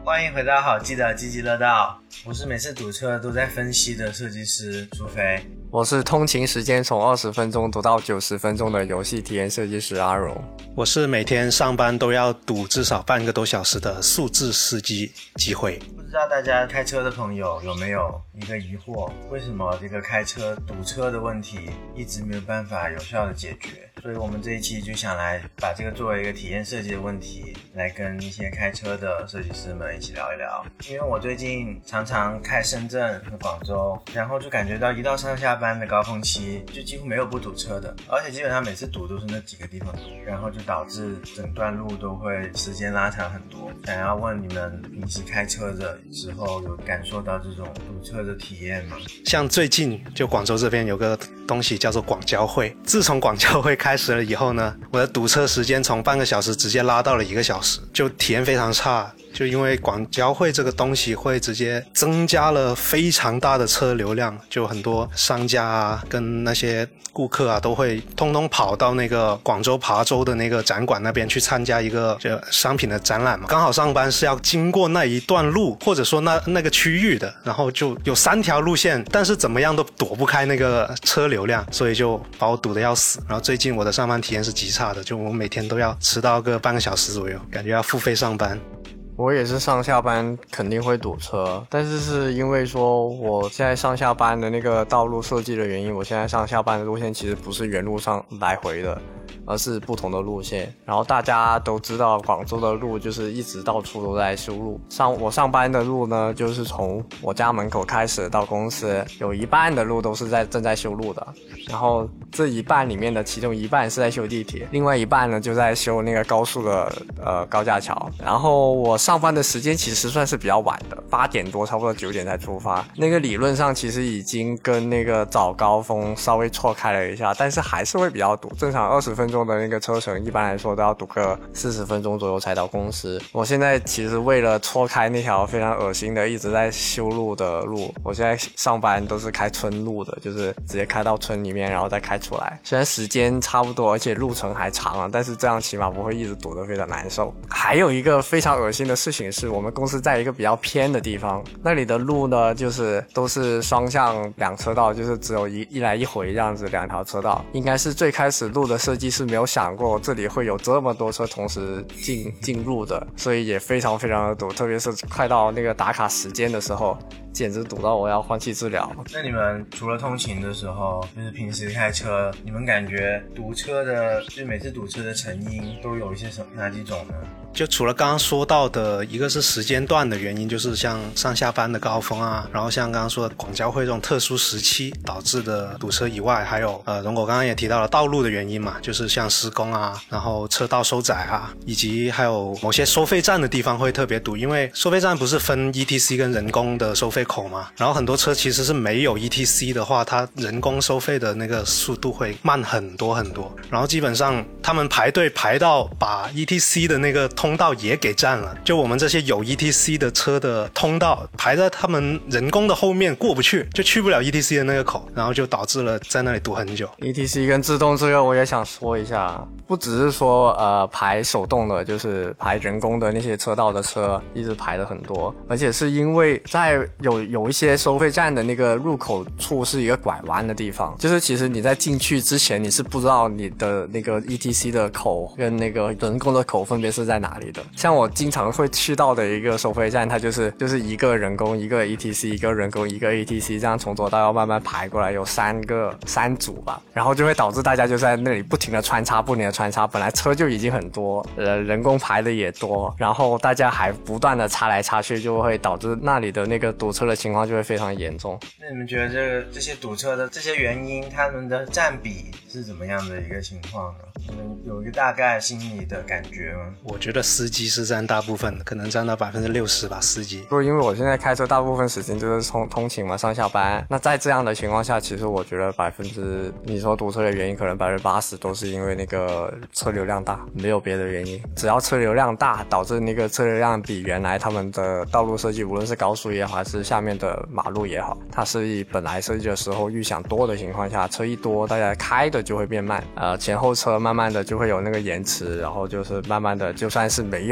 欢迎回到好记的积极乐道，我是每次堵车都在分析的设计师苏菲。 我是通勤时间从20分钟堵到90分钟的游戏体验设计师阿荣。 我是每天上班都要堵至少半个多小时的数字司机机会。 不知道大家开车的朋友有没有一个疑惑，为什么这个开车堵车的问题一直没有办法有效的解决？所以我们这一期就想来把这个作为一个体验设计的问题，来跟一些开车的设计师们一起聊一聊。因为我最近常常开深圳和广州，然后就感觉到一到上下班的高峰期就几乎没有不堵车的，而且基本上每次堵都是那几个地方堵，然后就导致整段路都会时间拉长很多。想要问你们平时开车的时候有感受到这种堵车的体验吗？ 像最近就广州这边有个东西叫做广交会，自从广交会开始了以后呢，我的堵车时间从半个小时直接拉到了1个小时，就体验非常差。就因为广交会这个东西会直接增加了非常大的车流量，就很多商家啊跟那些顾客啊都会通通跑到那个广州琶洲的那个展馆那边去参加一个就商品的展览嘛。刚好上班是要经过那一段路或者说那个区域的，然后就有3条路线，但是怎么样都躲不开那个车流量，所以就把我堵得要死。然后最近我的上班体验是极差的，就我每天都要迟到个半个小时左右，感觉要付费上班。 我也是上下班肯定会堵车，但是因为说我现在上下班的那个道路设计的原因，我现在上下班的路线其实不是原路上来回的，而是不同的路线。然后大家都知道广州的路就是一直到处都在修路，我上班的路呢，就是从我家门口开始到公司，有一半的路都是正在修路的，然后这一半里面的其中一半是在修地铁，另外一半呢就在修那个高速的高架桥。然后我上班的时间其实算是比较晚的，8点多差不多9点才出发，那个理论上其实已经跟那个早高峰稍微错开了一下，但是还是会比较堵。正常20分钟的那个车程一般来说都要堵个40分钟左右才到公司。我现在其实为了错开那条非常恶心的一直在修路的路，我现在上班都是开村路的，就是直接开到村里面然后再开出来。虽然时间差不多而且路程还长了，但是这样起码不会一直堵得非常难受。还有一个非常恶心的事情是，我们公司在一个比较偏的地方，那里的路呢就是都是双向2车道，就是只有一来一回这样子2条车道。应该是最开始路的设计师没有想过这里会有这么多车同时进入的，所以也非常非常的堵，特别是快到那个打卡时间的时候，简直堵到我要换气治疗。 那你们除了通勤的时候，就是平时开车，你们感觉堵车的，就每次堵车的成因都有一些哪几种呢？ 就除了刚刚说到的一个是时间段的原因，就是像上下班的高峰啊，然后像刚刚说的广交会这种特殊时期导致的堵车以外，还有荣果刚刚也提到了道路的原因嘛，就是像施工啊，然后车道收窄啊，以及还有某些收费站的地方会特别堵，因为收费站不是分 ETC 跟人工的收费口嘛，然后很多车其实是没有 ETC 的话，它人工收费的那个速度会慢很多很多，然后基本上他们排队排到把 ETC 的那个通道也给占了，就我们这些有 ETC 的车的通道排在他们人工的后面过不去，就去不了 ETC 的那个口，然后就导致了在那里堵很久。 ETC 跟自动这个我也想说一下，不只是说排手动的，就是排人工的那些车道的车一直排的很多，而且是因为在有一些收费站的那个入口处是一个拐弯的地方，就是其实你在进去之前你是不知道你的那个 ETC 的口跟那个人工的口分别是在哪里的。像我经常会去到的一个收费站，它就是一个人工一个 ETC 一个人工一个 ETC 这样从左到右慢慢排过来，有3组吧，然后就会导致大家就在那里不停的穿插，本来车就已经很多，人工排的也多，然后大家还不断的插来插去，就会导致那里的那个堵车的情况就会非常严重。 那你们觉得这些堵车的这些原因，他们的占比是怎么样的一个情况呢？你们有一个大概心里的感觉吗？ 我觉得司机是占大部分的，可能占到60%吧，司机。 不过因为我现在开车大部分时间就是通勤嘛，上下班，那在这样的情况下，其实我觉得你说堵车的原因可能80%都是因为那个车流量大，没有别的原因。只要车流量大导致那个车流量比原来他们的道路设计，无论是高速也好还是下面的马路也好，它是以本来设计的时候预想多的情况下，车一多大家开的就会变慢，前后车慢慢的就会有那个延迟，然后就是慢慢的就算是没有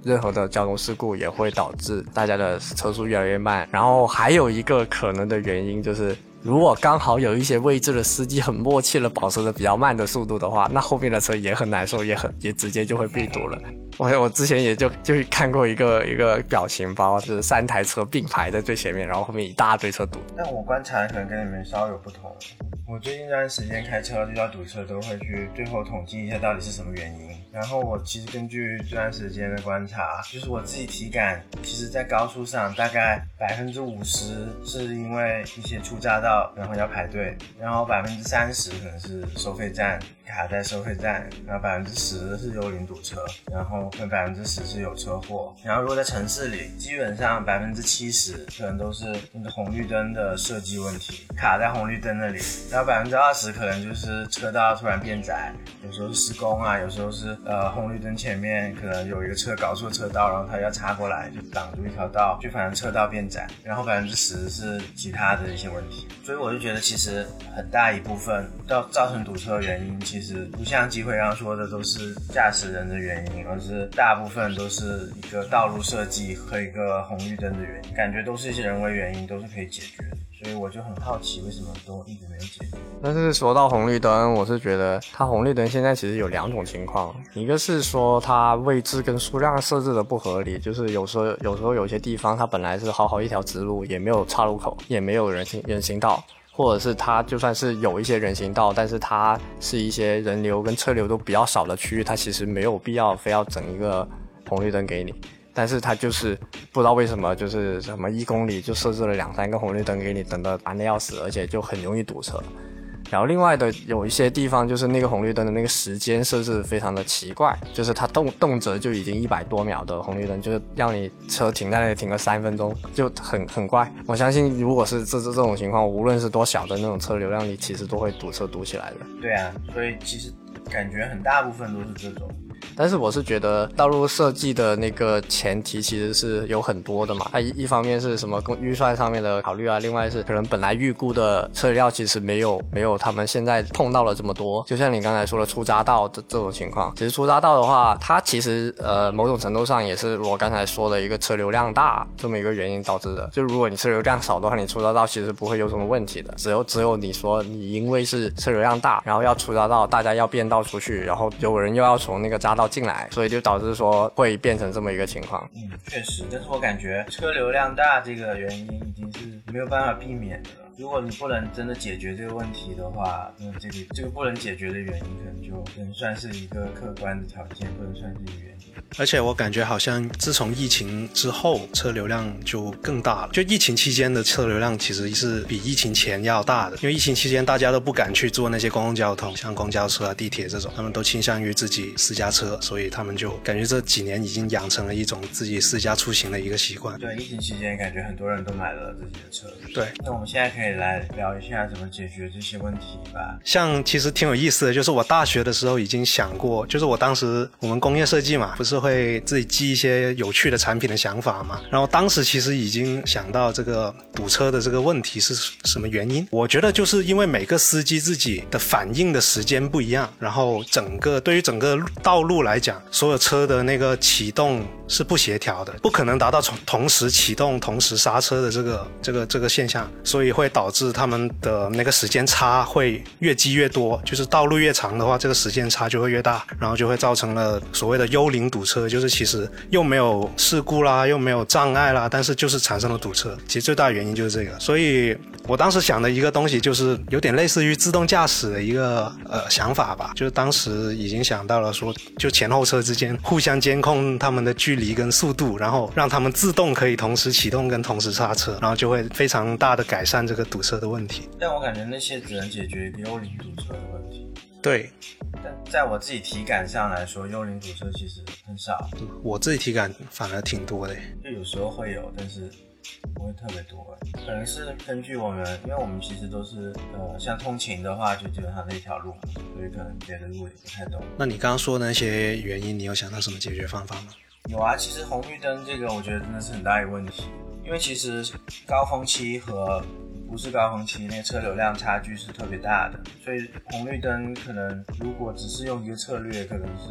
任何的交通事故也会导致大家的车速越来越慢。然后还有一个可能的原因就是，如果刚好有一些位置的司机很默契的保持着比较慢的速度的话，那后面的车也很难受，也直接就会被堵了。我之前也就看过一个表情包，就是3台车并排在最前面，然后后面一大堆车堵。 但我观察可能跟你们稍有不同。我最近这段时间开车遇到堵车都会去最后统计一下到底是什么原因。然后我其实根据这段时间的观察，就是我自己体感，其实在高速上大概50%是因为一些出匝道然后要排队，然后30%可能是收费站卡在收费站，然后10%是幽灵堵车，然后跟10%是有车祸。然后如果在城市里，基本上70%可能都是那个红绿灯的设计问题，卡在红绿灯那里。然后20%可能就是车道突然变窄，有时候是施工啊，有时候是红绿灯前面可能有一个车搞错车道，然后它要插过来就挡住一条道，就反正车道变窄。然后10%是其他的一些问题。所以我就觉得其实很大一部分造成堵车的原因，其实不像机会刚刚说的都是驾驶人的原因，而是大部分都是一个道路设计和一个红绿灯的原因，感觉都是一些人为原因，都是可以解决的。所以我就很好奇为什么都一直没有解决。 但是说到红绿灯，我是觉得它红绿灯现在其实有2种情况，一个是说它位置跟数量设置的不合理，就是有时候有些地方它本来是好一条直路，也没有岔路口，也没有人行道，或者是它就算是有一些人行道，但是它是一些人流跟车流都比较少的区域，它其实没有必要非要整一个红绿灯给你。但是它就是不知道为什么，就是什么1公里就设置了2-3个红绿灯给你，等得烦得要死，而且就很容易堵车。然后另外的有一些地方，就是那个红绿灯的那个时间设置非常的奇怪，就是它动辄就已经100多秒的红绿灯，就是让你车停在那里停个3分钟，就很怪。我相信如果是这种情况，无论是多小的那种车流量，你其实都会堵车堵起来的。 对啊，所以其实感觉很大部分都是这种。 但是我是觉得道路设计的那个前提其实是有很多的嘛，它一方面是什么预算上面的考虑啊，另外是可能本来预估的车料其实没有他们现在碰到了这么多。就像你刚才说的出匝道的这种情况，其实出匝道的话，它其实某种程度上也是我刚才说的一个车流量大这么一个原因导致的。就如果你车流量少的话，你出匝道其实不会有什么问题的，只有你说你因为是车流量大，然后要出匝道，大家要变道出去，然后有人又要从那个匝道进来，所以就导致说会变成这么一个情况。 确实，但是我感觉车流量大这个原因已经是没有办法避免的了。如果你不能真的解决这个问题的话，那这个不能解决的原因可能就不能算是一个客观的条件，不能算是一个原因。 而且我感觉好像自从疫情之后，车流量就更大了。就疫情期间的车流量其实是比疫情前要大的，因为疫情期间大家都不敢去坐那些公共交通，像公交车啊、地铁这种，他们都倾向于自己私家车，所以他们就感觉这几年已经养成了一种自己私家出行的一个习惯。 对，疫情期间感觉很多人都买了自己的车。 对， 那我们现在可以来聊一下怎么解决这些问题吧。 像其实挺有意思的，就是我大学的时候已经想过，就是我当时我们工业设计嘛，不是会自己记一些有趣的产品的想法嘛，然后当时其实已经想到这个堵车的这个问题是什么原因。我觉得就是因为每个司机自己的反应的时间不一样，然后对于整个道路来讲，所有车的那个启动是不协调的，不可能达到同时启动同时刹车的这个现象，所以会导致他们的那个时间差会越积越多，就是道路越长的话，这个时间差就会越大，然后就会造成了所谓的幽灵堵车，就是其实又没有事故啦，又没有障碍啦，但是就是产生了堵车。其实最大的原因就是这个，所以我当时想的一个东西就是有点类似于自动驾驶的一个想法吧，就是当时已经想到了说，就前后车之间互相监控他们的距离跟速度，然后让他们自动可以同时启动跟同时刹车，然后就会非常大的改善这个堵车的问题。 但我感觉那些只能解决一个幽灵堵车的问题。 对， 但在我自己体感上来说，幽灵堵车其实很少。 我自己体感反而挺多的， 就有时候会有，但是不会特别多。可能是根据我们，因为我们其实都是像通勤的话，就基本上那条路，所以可能别的路也不太懂。 那你刚刚说的那些原因，你有想到什么解决方法吗？ 有啊，其实红绿灯这个我觉得真的是很大一个问题，因为其实高峰期和不是高峰期那个车流量差距是特别大的，所以红绿灯可能如果只是用一个策略，可能是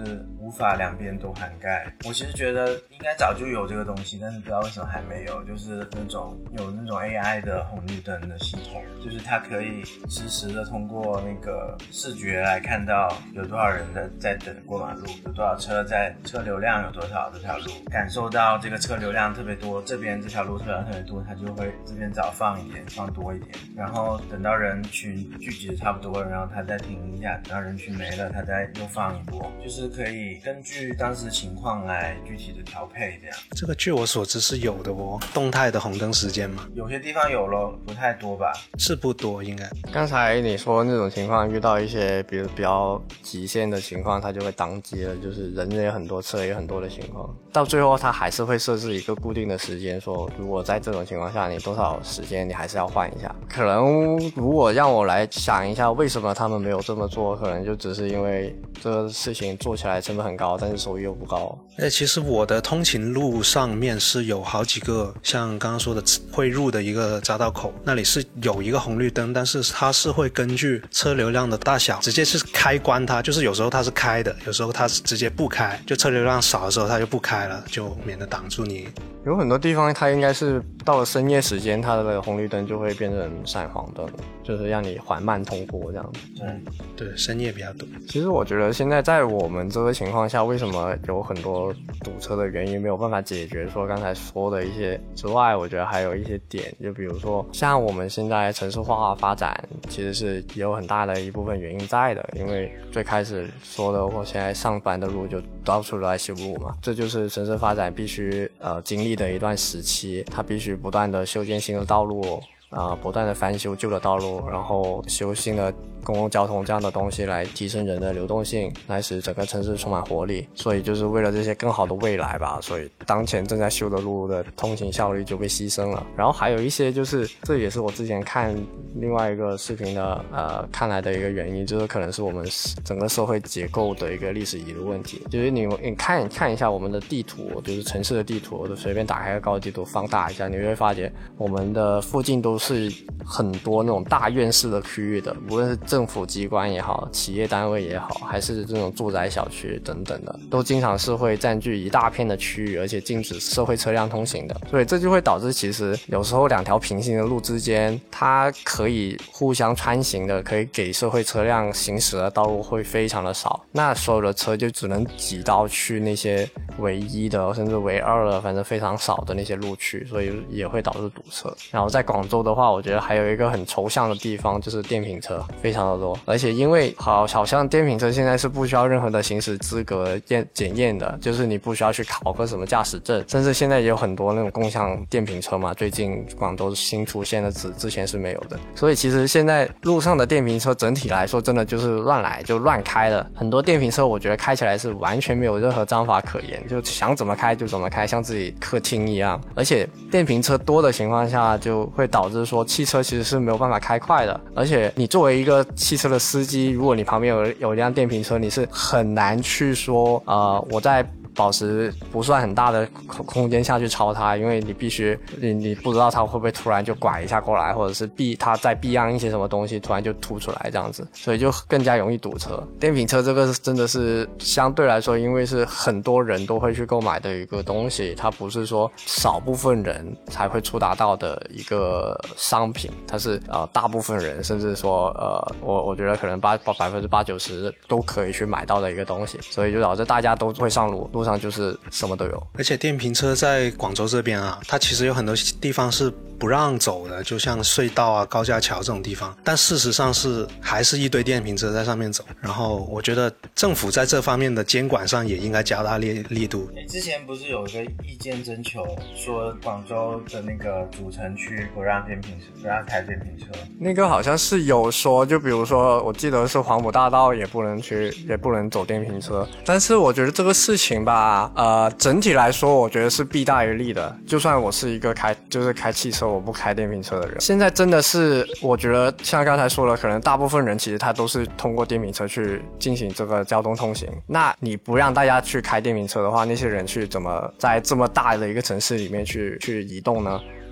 无法两边都涵盖。我其实觉得应该早就有这个东西，但是不知道为什么还没有，就是有那种 AI 的红绿灯的系统，就是它可以实时的通过那个视觉来看到有多少人在等过马路，有多少车流量有多少这条路，感受到这个车流量特别多，这边这条路车流量特别多，它就会这边早放一点，放多一点，然后等到人群聚集的差不多了，然后它再停一下，等到人群没了，它再又放一波，就是可以根据当时情况来具体的调配这样。 这个据我所知是有的哦，动态的红灯时间嘛。 有些地方有咯，不太多吧？ 是不多应该。 刚才你说那种情况遇到一些比较极限的情况，它就会当机了，就是人也很多，车也很多的情况，到最后它还是会设置一个固定的时间，说如果在这种情况下你多少时间你还是要换一下。可能如果让我来想一下为什么他们没有这么做，可能就只是因为这个事情做起来成本很高，但是收益又不高。 其实我的通勤路上面是有好几个像刚刚说的汇入的一个匝道口，那里是有一个红绿灯，但是它是会根据车流量的大小直接是开关它，就是有时候它是开的，有时候它是直接不开，就车流量少的时候它就不开了，就免得挡住你。 有很多地方它应该是到了深夜时间，它的红绿灯就会变成闪黄灯，就是让你缓慢通过这样子。 对，深夜比较多。 其实我觉得现在在我们这个情况下，为什么有很多堵车的原因没有办法解决，说刚才说的一些之外，我觉得还有一些点，就比如说像我们现在城市化发展其实是有很大的一部分原因在的，因为最开始说的我现在上班的路就到处都在修路嘛，这就是城市发展必须经历的一段时期，它必须不断的修建新的道路不断的翻修旧的道路，然后修新的公共交通这样的东西来提升人的流动性，来使整个城市充满活力。所以就是为了这些更好的未来吧，所以当前正在修的路的通行效率就被牺牲了。然后还有一些就是这也是我之前看另外一个视频的看来的一个原因，就是可能是我们整个社会结构的一个历史遗留问题。就是你看一下我们的地图，就是城市的地图，我就随便打开个高地图放大一下，你会发现我们的附近都是很多那种大院式的区域的，无论是政府机关也好，企业单位也好，还是这种住宅小区等等的，都经常是会占据一大片的区域，而且禁止社会车辆通行的。所以这就会导致其实有时候两条平行的路之间，它可以互相穿行的，可以给社会车辆行驶的道路会非常的少，那所有的车就只能挤到去那些唯一的甚至唯二的反正非常少的那些路区，所以也会导致堵车。然后在广州的话，我觉得还有一个很抽象的地方，就是电瓶车非常的多，而且因为好像电瓶车现在是不需要任何的行驶资格检验的，就是你不需要去考个什么驾驶证，甚至现在也有很多那种共享电瓶车嘛，最近广州新出现的之前是没有的。所以其实现在路上的电瓶车整体来说真的就是乱来就乱开了，很多电瓶车我觉得开起来是完全没有任何章法可言，就想怎么开就怎么开，像自己客厅一样。而且电瓶车多的情况下就会导致说汽车其实是没有办法开快的，而且你作为一个汽车的司机，如果你旁边有一辆电瓶车，你是很难去说我在保持不算很大的空间下去超它，因为你必须你不知道它会不会突然就拐一下过来，或者是它在避让一些什么东西突然就突出来这样子，所以就更加容易堵车。电瓶车这个真的是相对来说，因为是很多人都会去购买的一个东西，它不是说少部分人才会触达到的一个商品，它是大部分人甚至说我觉得可能80%-90%都可以去买到的一个东西，所以就导致大家都会上路上就是什么都有。 而且电瓶车在广州这边啊，它其实有很多地方是不让走的，就像隧道啊、高架桥这种地方，但事实上还是一堆电瓶车在上面走。然后我觉得政府在这方面的监管上也应该加大力度。 之前不是有一个意见征求，说广州的那个主城区不让开电瓶车， 那个好像是有说，就比如说我记得是黄埔大道也不能走电瓶车，但是我觉得这个事情吧，整体来说我觉得是弊大于利的。就算我是一个开汽车我不开电瓶车的人，现在真的是我觉得像刚才说了，可能大部分人其实他都是通过电瓶车去进行这个交通通行，那你不让大家去开电瓶车的话，那些人去怎么在这么大的一个城市里面去移动呢？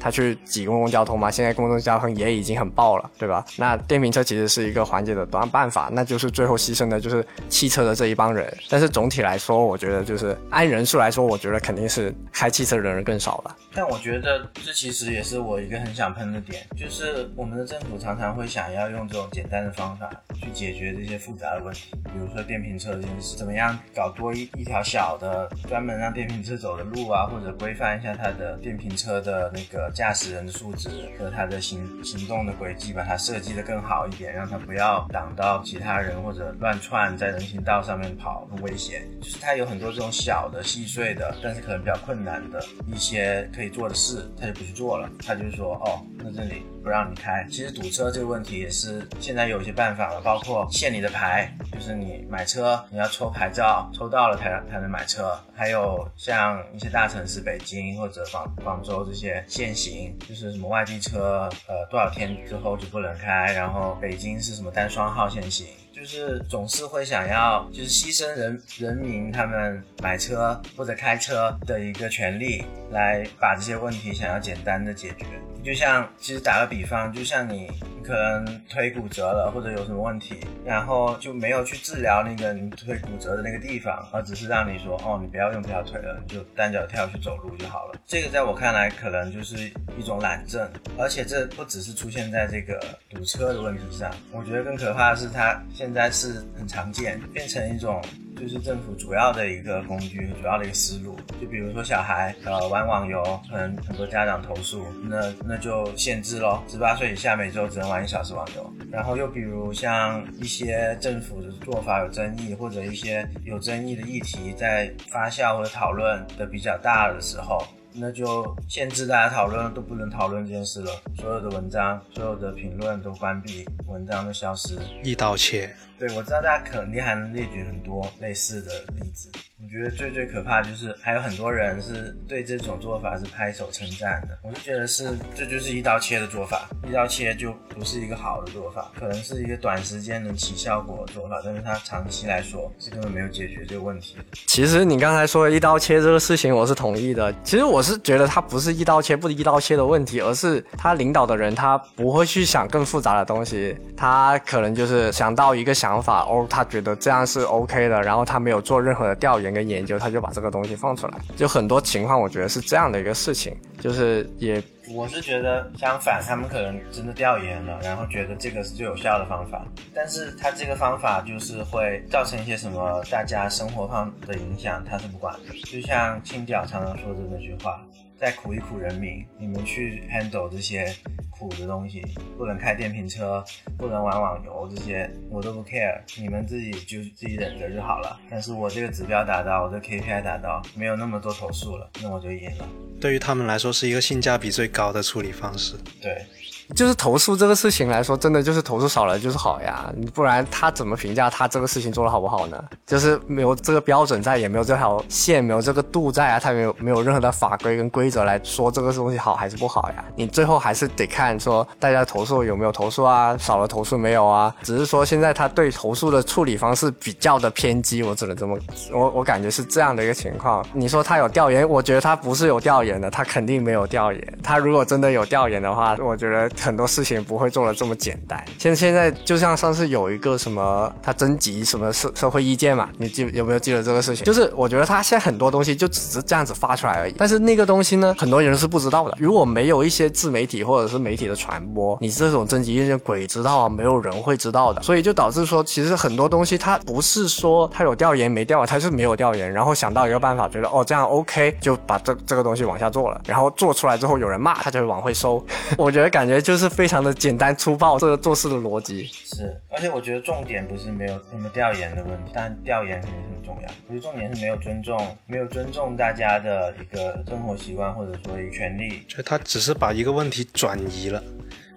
他去挤公共交通嘛，现在公共交通也已经很爆了，对吧？那电瓶车其实是一个缓解的办法，那就是最后牺牲的就是汽车的这一帮人。但是总体来说，我觉得就是按人数来说，我觉得肯定是开汽车的人更少了。 但我觉得这其实也是我一个很想喷的点，就是我们的政府常常会想要用这种简单的方法去解决这些复杂的问题，比如说电瓶车这件事，怎么样搞多一条小的专门让电瓶车走的路啊，或者规范一下它的电瓶车的那个驾驶人的素质和它的行动的轨迹，把它设计得更好一点，让它不要挡到其他人或者乱窜在人行道上面跑，很危险。就是它有很多这种小的细碎的，但是可能比较困难的一些可以做的事，他就不去做了，他就说那这里不让你开。其实堵车这个问题也是现在有一些办法了，包括限你的牌，就是你买车你要抽牌照，抽到了才能买车。还有像一些大城市北京或者广州这些限行，就是什么外地车多少天之后就不能开，然后北京是什么单双号限行，就是总是会想要就是牺牲人民他们买车或者开车的一个权利，来把这些问题想要简单的解决。就像其实打个比方，就像你可能腿骨折了或者有什么问题，然后就没有去治疗那个你腿骨折的那个地方，而只是让你说你不要用这条腿了，你就单脚跳去走路就好了。这个在我看来可能就是一种懒政，而且这不只是出现在这个堵车的问题上，我觉得更可怕的是它现在是很常见，变成一种就是政府主要的一个工具，主要的一个思路。就比如说小孩玩网游，可能很多家长投诉，那就限制咯，18岁以下每周只能玩1小时网游。然后又比如像一些政府的做法有争议，或者一些有争议的议题在发酵或者讨论的比较大的时候，那就限制大家讨论，都不能讨论这件事了，所有的文章所有的评论都关闭，文章都消失， 一刀切。 对，我知道大家肯定还能列举很多类似的例子。我觉得最可怕就是还有很多人是对这种做法是拍手称赞的，我就觉得这就是一刀切的做法，一刀切就不是一个好的做法，可能是一个短时间能起效果的做法，但是它长期来说是根本没有解决这个问题的。 其实你刚才说的一刀切这个事情我是同意的，其实我是觉得它不是一刀切不一刀切的问题，而是他领导的人他不会去想更复杂的东西，他可能就是想到一个想法，他觉得这样是 OK 的，然后他没有做任何的调研跟研究，他就把这个东西放出来，就很多情况我觉得是这样的一个事情，就是我是觉得相反，他们可能真的调研了，然后觉得这个是最有效的方法，但是他这个方法就是会造成一些什么大家生活上的影响，他是不管的。就像清剿常常说的那句话，再苦一苦人民，你们去 handle 这些苦的东西，不能开电瓶车，不能玩网游，这些我都不 care， 你们自己忍着就好了。但是我这个指标达到，我这个 KPI 达到，没有那么多投诉了，那我就赢了。 对于他们来说是一个性价比最高的处理方式。 对， 就是投诉这个事情来说，真的就是投诉少了就是好呀，不然他怎么评价他这个事情做得好不好呢？就是没有这个标准在，也没有这条线，没有这个度在啊，他没有任何的法规跟规则来说这个东西好还是不好呀。你最后还是得看说大家投诉有没有投诉啊，少了投诉没有啊，只是说现在他对投诉的处理方式比较的偏激，我只能这么我感觉是这样的一个情况。你说他有调研，我觉得他不是有调研的，他肯定没有调研，他如果真的有调研的话，我觉得很多事情不会做得这么简单。现在就像上次有一个什么他征集什么社会意见嘛，你有没有记得这个事情？就是我觉得他现在很多东西就只是这样子发出来而已，但是那个东西呢很多人是不知道的，如果没有一些自媒体或者是媒体的传播，你这种征集意见鬼知道啊，没有人会知道的。所以就导致说其实很多东西他不是说他有调研没调研，他是没有调研，然后想到一个办法觉得这样 OK 就把这个东西往下做了，然后做出来之后有人骂他就会往回收我觉得感觉就是非常的简单粗暴这个做事的逻辑。 是，而且我觉得重点不是没有调研的问题，但调研肯定是很重要。我觉得重点是没有尊重大家的一个生活习惯，或者说一个权利。 就他只是把一个问题转移了，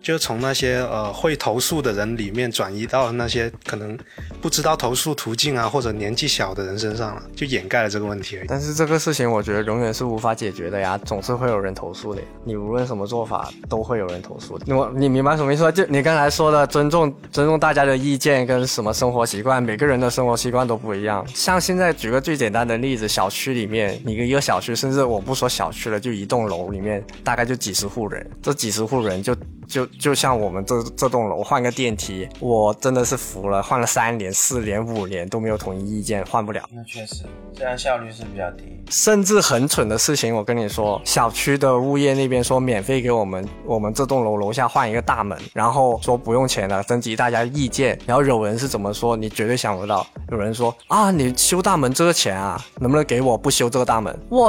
就从那些会投诉的人里面转移到那些可能不知道投诉途径啊或者年纪小的人身上了，就掩盖了这个问题而已。 但是这个事情我觉得永远是无法解决的呀，总是会有人投诉的，你无论什么做法都会有人投诉的。你明白什么意思吗？就你刚才说的尊重大家的意见跟什么生活习惯，每个人的生活习惯都不一样。像现在举个最简单的例子，小区里面一个小区，甚至我不说小区了，就一栋楼里面大概就几十户人，这几十户人就像我们这栋楼换个电梯，我真的是服了，换了3年4年5年都没有统一意见，换不了。 那确实这样效率是比较低。 甚至很蠢的事情，我跟你说，小区的物业那边说免费给我们这栋楼楼下换一个大门，然后说不用钱了，征集大家意见。然后有人是怎么说，你绝对想不到，有人说啊，你修大门这个钱啊，能不能给我不修这个大门？我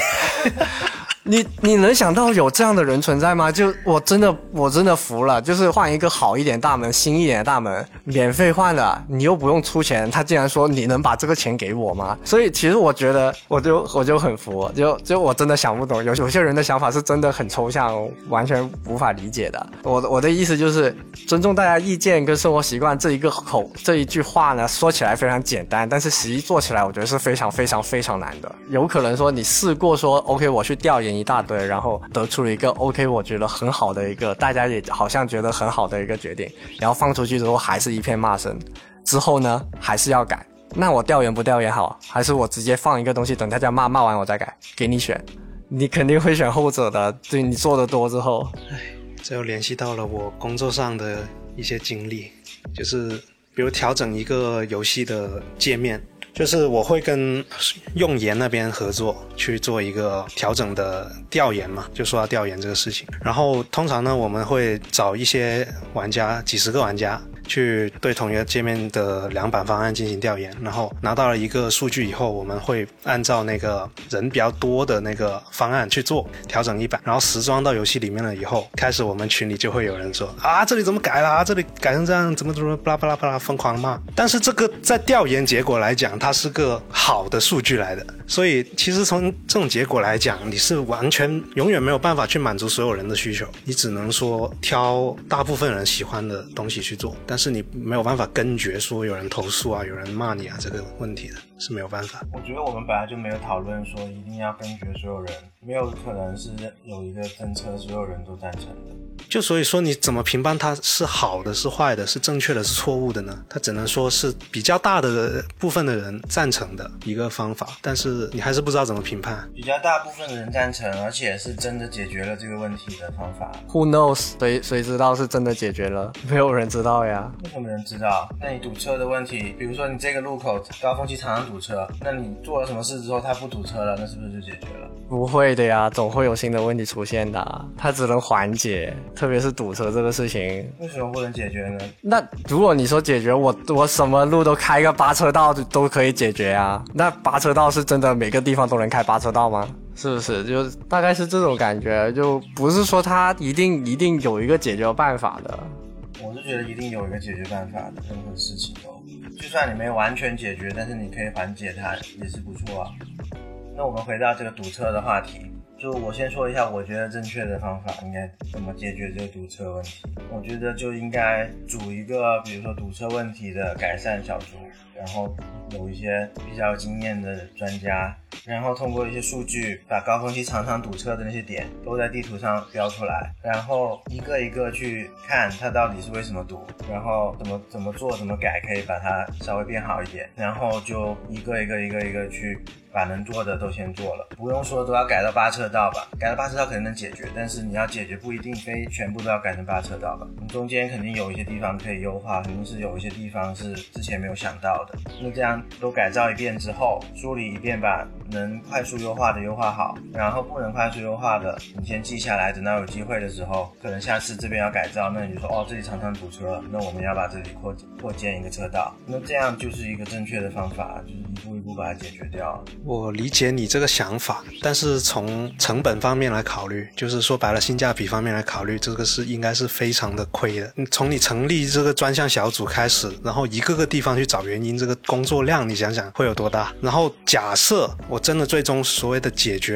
你能想到有这样的人存在吗？就我真的服了，就是换一个好一点大门，新一点的大门，免费换的，你又不用出钱，他竟然说你能把这个钱给我吗？所以其实我觉得我就很服，就我真的想不懂，有些人的想法是真的很抽象，完全无法理解的。我的意思就是尊重大家意见跟生活习惯这一句话呢，说起来非常简单，但是实际做起来我觉得是非常非常非常难的。有可能说你试过说 OK 我去调研一大堆，然后得出了一个 OK 我觉得很好的一个，大家也好像觉得很好的一个决定，然后放出去之后还是一片骂声，之后呢还是要改，那我调研不调研好，还是我直接放一个东西等大家骂完我再改，给你选，你肯定会选后者的，对，你做得多之后。 这又联系到了我工作上的一些经历，就是比如调整一个游戏的界面，就是我会跟用研那边合作去做一个调整的调研嘛，就说要调研这个事情。然后通常呢，我们会找一些玩家，几十个玩家，去对同一个界面的2版方案进行调研，然后拿到了一个数据以后，我们会按照那个人比较多的那个方案去做调整1版，然后实装到游戏里面了以后，开始我们群里就会有人说啊，这里怎么改了，这里改成这样，怎么巴拉巴拉巴拉，疯狂骂。但是这个在调研结果来讲，它是个好的数据来的，所以其实从这种结果来讲，你是完全永远没有办法去满足所有人的需求，你只能说挑大部分人喜欢的东西去做，但是你没有办法根绝说有人投诉啊，有人骂你啊，这个问题的是没有办法。 我觉得我们本来就没有讨论说一定要根绝所有人，没有可能是有一个政策所有人都赞成的。 就所以说你怎么评判它是好的是坏的，是正确的是错误的呢？它只能说是比较大的部分的人赞成的一个方法，但是你还是不知道怎么评判。 比较大部分的人赞成，而且是真的解决了这个问题的方法。 Who knows， 谁知道是真的解决了，没有人知道呀。 为什么人知道？那你堵车的问题，比如说你这个路口高峰期常常堵车，那你做了什么事之后它不堵车了，那是不是就解决了？ 不会的呀，总会有新的问题出现的啊，它只能缓解，特别是堵车这个事情。 为什么不能解决呢？ 那如果你说解决，我什么路都开个8车道都可以解决啊，那8车道是真的每个地方都能开8车道吗？是不是？就大概是这种感觉，就不是说它一定有一个解决办法的。 我是觉得一定有一个解决办法的，任何事情都，就算你没有完全解决，但是你可以缓解它也是不错啊。那我们回到这个堵车的话题，就我先说一下我觉得正确的方法应该怎么解决这个堵车问题。我觉得就应该组一个比如说堵车问题的改善小组，然后有一些比较有经验的专家，然后通过一些数据把高峰期常常堵车的那些点都在地图上标出来，然后一个一个去看它到底是为什么堵，然后怎么做怎么改可以把它稍微变好一点，然后就一个一个去把能做的都先做了，不用说都要改到8车道吧，改到8车道可能能解决，但是你要解决不一定非全部都要改成8车道吧，你中间肯定有一些地方可以优化，肯定是有一些地方是之前没有想到的。那这样都改造一遍之后，梳理一遍，把能快速优化的优化好，然后不能快速优化的你先记下来，等到有机会的时候，可能下次这边要改造，那你就说哦，这里常常堵车，那我们要把这里扩建一个车道，那这样就是一个正确的方法，就是一步一步把它解决掉。 我理解你这个想法，但是从成本方面来考虑，就是说白了性价比方面来考虑，这个是应该是非常的亏的。从你成立这个专项小组开始，然后一个个地方去找原因，这个工作量你想想会有多大。然后假设我真的最终所谓的解决了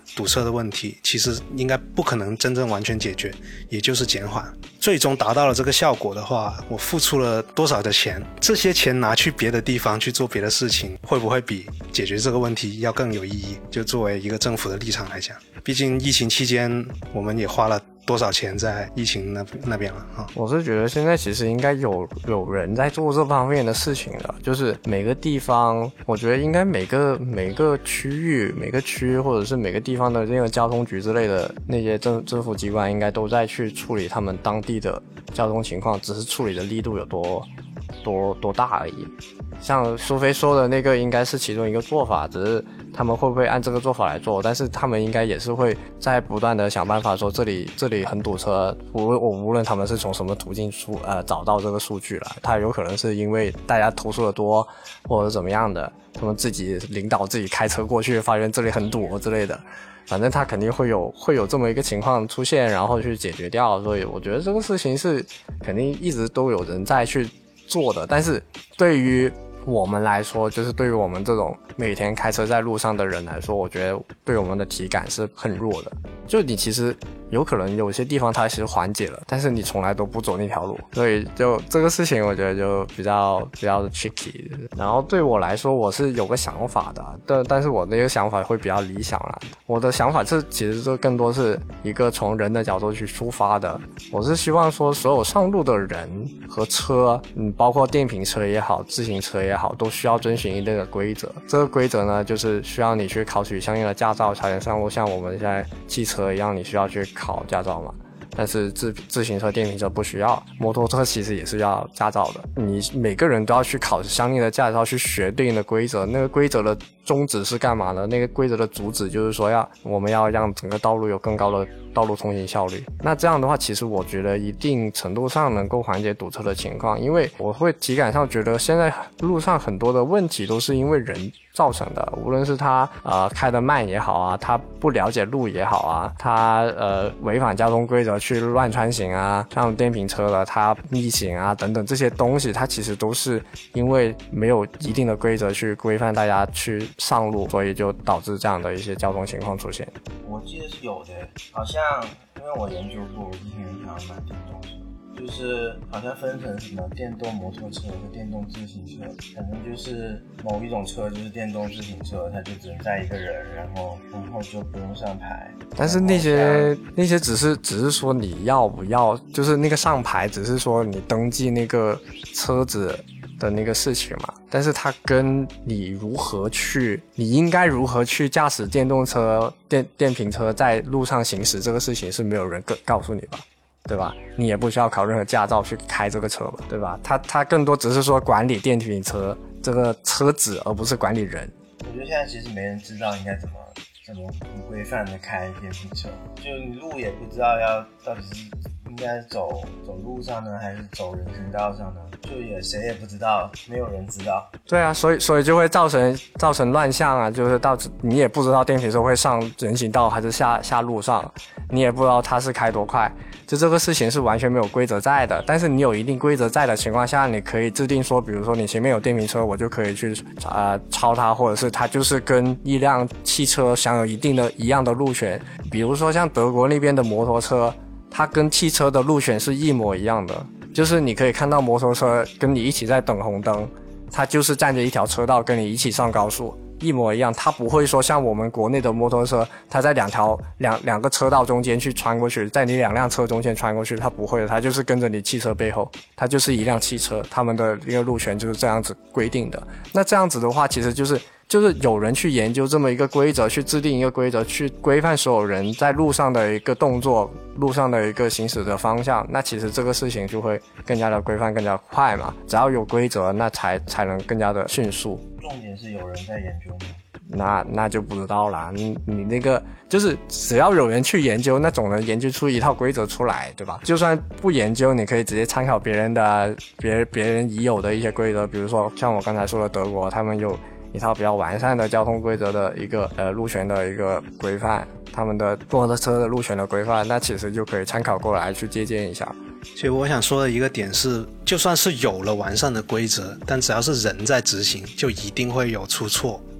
堵车的问题，其实应该不可能真正完全解决，也就是减缓。最终达到了这个效果的话，我付出了多少的钱，这些钱拿去别的地方去做别的事情，会不会比解决这个问题要更有意义？就作为一个政府的立场来讲，毕竟疫情期间我们也花了多少钱在疫情那边了啊？ 我是觉得现在其实应该有人在做这方面的事情了，就是每个地方，我觉得应该每个区域、每个区或者是每个地方的这个交通局之类的那些政府机关，应该都在去处理他们当地的交通情况，只是处理的力度有多大而已。像苏菲说的那个应该是其中一个做法，只是他们会不会按这个做法来做，但是他们应该也是会在不断的想办法说这里很堵车，无论他们是从什么途径找到这个数据来，他有可能是因为大家投诉的多或者怎么样的，他们自己领导自己开车过去发现这里很堵之类的，反正他肯定会有这么一个情况出现，然后去解决掉。所以我觉得这个事情是肯定一直都有人在去做的，但是对于我们来说，就是对于我们这种每天开车在路上的人来说，我觉得对我们的体感是很弱的。就你其实有可能有些地方它其实缓解了，但是你从来都不走那条路，所以就这个事情我觉得就比较 tricky。然后对我来说，我是有个想法的，但是我那个想法会比较理想啦。我的想法是其实就更多是一个从人的角度去出发的。我是希望说所有上路的人和车，包括电瓶车也好，自行车也好，都需要遵循一定的规则。这个规则呢，就是需要你去考取相应的驾照才能上路，像我们现在汽车一样，你需要去考驾照嘛。但是自行车、电瓶车不需要，摩托车其实也是要驾照的。你每个人都要去考相应的驾照，去学对应的规则。那个规则的宗旨是干嘛呢？那个规则的主旨就是说我们要让整个道路有更高的道路通行效率。那这样的话，其实我觉得一定程度上能够缓解堵车的情况，因为我会体感上觉得现在路上很多的问题都是因为人造成的，无论是他开得慢也好啊，他不了解路也好啊，他违反交通规则去乱穿行啊，像电瓶车的他逆行啊等等这些东西，它其实都是因为没有一定的规则去规范大家去上路，所以就导致这样的一些交通情况出现。 我记得是有的，好像因为我研究过，我之前有想买电动车，就是好像分成什么电动摩托车和电动自行车，反正就是某一种车就是电动自行车，它就只能载一个人，然后就不用上牌。 但是那些只是说你要不要，就是那个上牌只是说你登记那个车子的那个事情嘛，但是它跟你应该如何去驾驶电动车、电瓶车在路上行驶这个事情是没有人告诉你吧，对吧？你也不需要考任何驾照去开这个车吧，对吧？它更多只是说管理电瓶车这个车子，而不是管理人。 我觉得现在其实没人知道应该怎么很规范的开电瓶车，就你路也不知道到底是应该走路上呢，还是走人行道上呢？就谁也不知道，没有人知道。对啊， 所以就会造成乱象啊，就是你也不知道电瓶车会上人行道还是下路上，你也不知道它是开多快，就这个事情是完全没有规则在的。但是你有一定规则在的情况下，你可以制定说，比如说你前面有电瓶车，我就可以去超它，或者是它就是跟一辆汽车享有一样的路权。比如说像德国那边的摩托车，它跟汽车的路权是一模一样的，就是你可以看到摩托车跟你一起在等红灯，它就是占着一条车道跟你一起上高速，一模一样。它不会说像我们国内的摩托车，它在两个车道中间去穿过去，在你两辆车中间穿过去，它不会的，它就是跟着你汽车背后，它就是一辆汽车，他们的一个路权就是这样子规定的。那这样子的话，其实就是有人去研究这么一个规则，去制定一个规则，去规范所有人在路上的一个动作，路上的一个行驶的方向，那其实这个事情就会更加的规范，更加快嘛。只要有规则，那才能更加的迅速。 重点是有人在研究吗？ 那就不知道啦。你那个就是只要有人去研究，那总能研究出一套规则出来，对吧？就算不研究，你可以直接参考别人已有的一些规则，比如说像我刚才说的德国，他们有一套比较完善的交通规则的一个路权的一个规范，他们的摩托车的路权的规范，那其实就可以参考过来去借鉴一下。 其实我想说的一个点是，就算是有了完善的规则，但只要是人在执行，就一定会有出错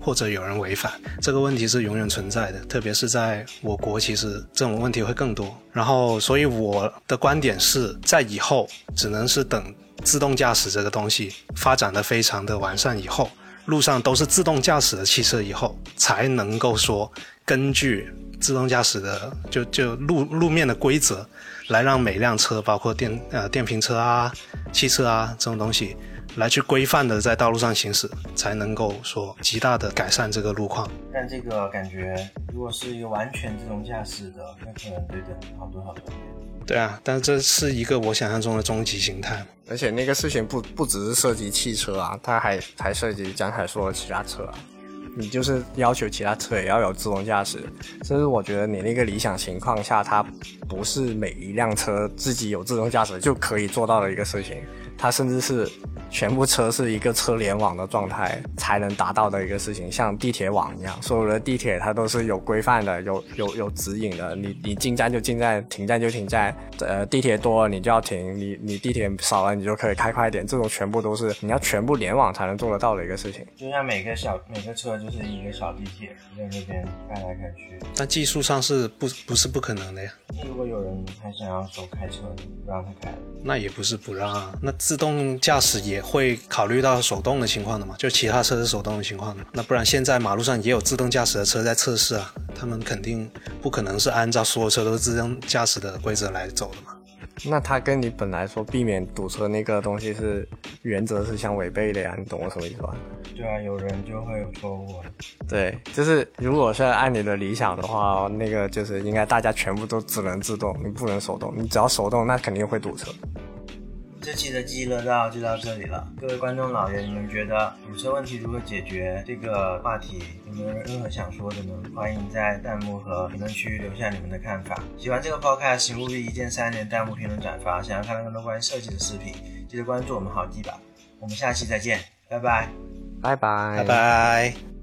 或者有人违反，这个问题是永远存在的，特别是在我国，其实这种问题会更多。然后所以我的观点是，在以后只能是等自动驾驶这个东西发展的非常的完善以后，路上都是自动驾驶的汽车以后，才能够说根据自动驾驶的就路面的规则来让每辆车，包括电瓶车啊、汽车啊这种东西来去规范的在道路上行驶，才能够说极大的改善这个路况。 但这个感觉如果是一个完全自动驾驶的，那可能得等好多年。 对啊，但这是一个我想象中的终极形态。 而且那个事情不只是涉及汽车啊，它还涉及江凯说的其他车啊。你就是要求其他车也要有自动驾驶，甚至我觉得你那个理想情况下，它不是每一辆车自己有自动驾驶就可以做到的一个事情，它甚至是全部车是一个车联网的状态才能达到的一个事情，像地铁网一样，所有的地铁它都是有规范的，有指引的，你进站就进站，停站就停站，地铁多了你就要停，你地铁少了你就可以开快点，这种全部都是你要全部联网才能做得到的一个事情。 就像每个车就是一个小地铁，在那边开来开去。 但技术上是不是不可能的呀？ 如果有人还想要手开车，不让他开了， 那也不是不让啊。那自动驾驶也会考虑到手动的情况的嘛，就其他车是手动的情况的。那不然现在马路上也有自动驾驶的车在测试啊，他们肯定不可能是按照所有车都是自动驾驶的规则来走的嘛。 那它跟你本来说避免堵车那个东西是原则是相违背的呀，你懂我什么意思吧？ 对啊，有人就会有错误。 对，就是如果是按你的理想的话，那个就是应该大家全部都只能自动，你不能手动，你只要手动那肯定会堵车。 这期的记忆乐道就到这里了，各位观众老爷，你们觉得堵车问题如何解决这个话题有没有任何想说的呢？欢迎在弹幕和评论区留下你们的看法。喜欢这个 podcast 请务必一键3连弹幕评论转发，想要看到更多关于设计的视频记得关注我们好地吧。我们下期再见，拜拜拜拜拜拜。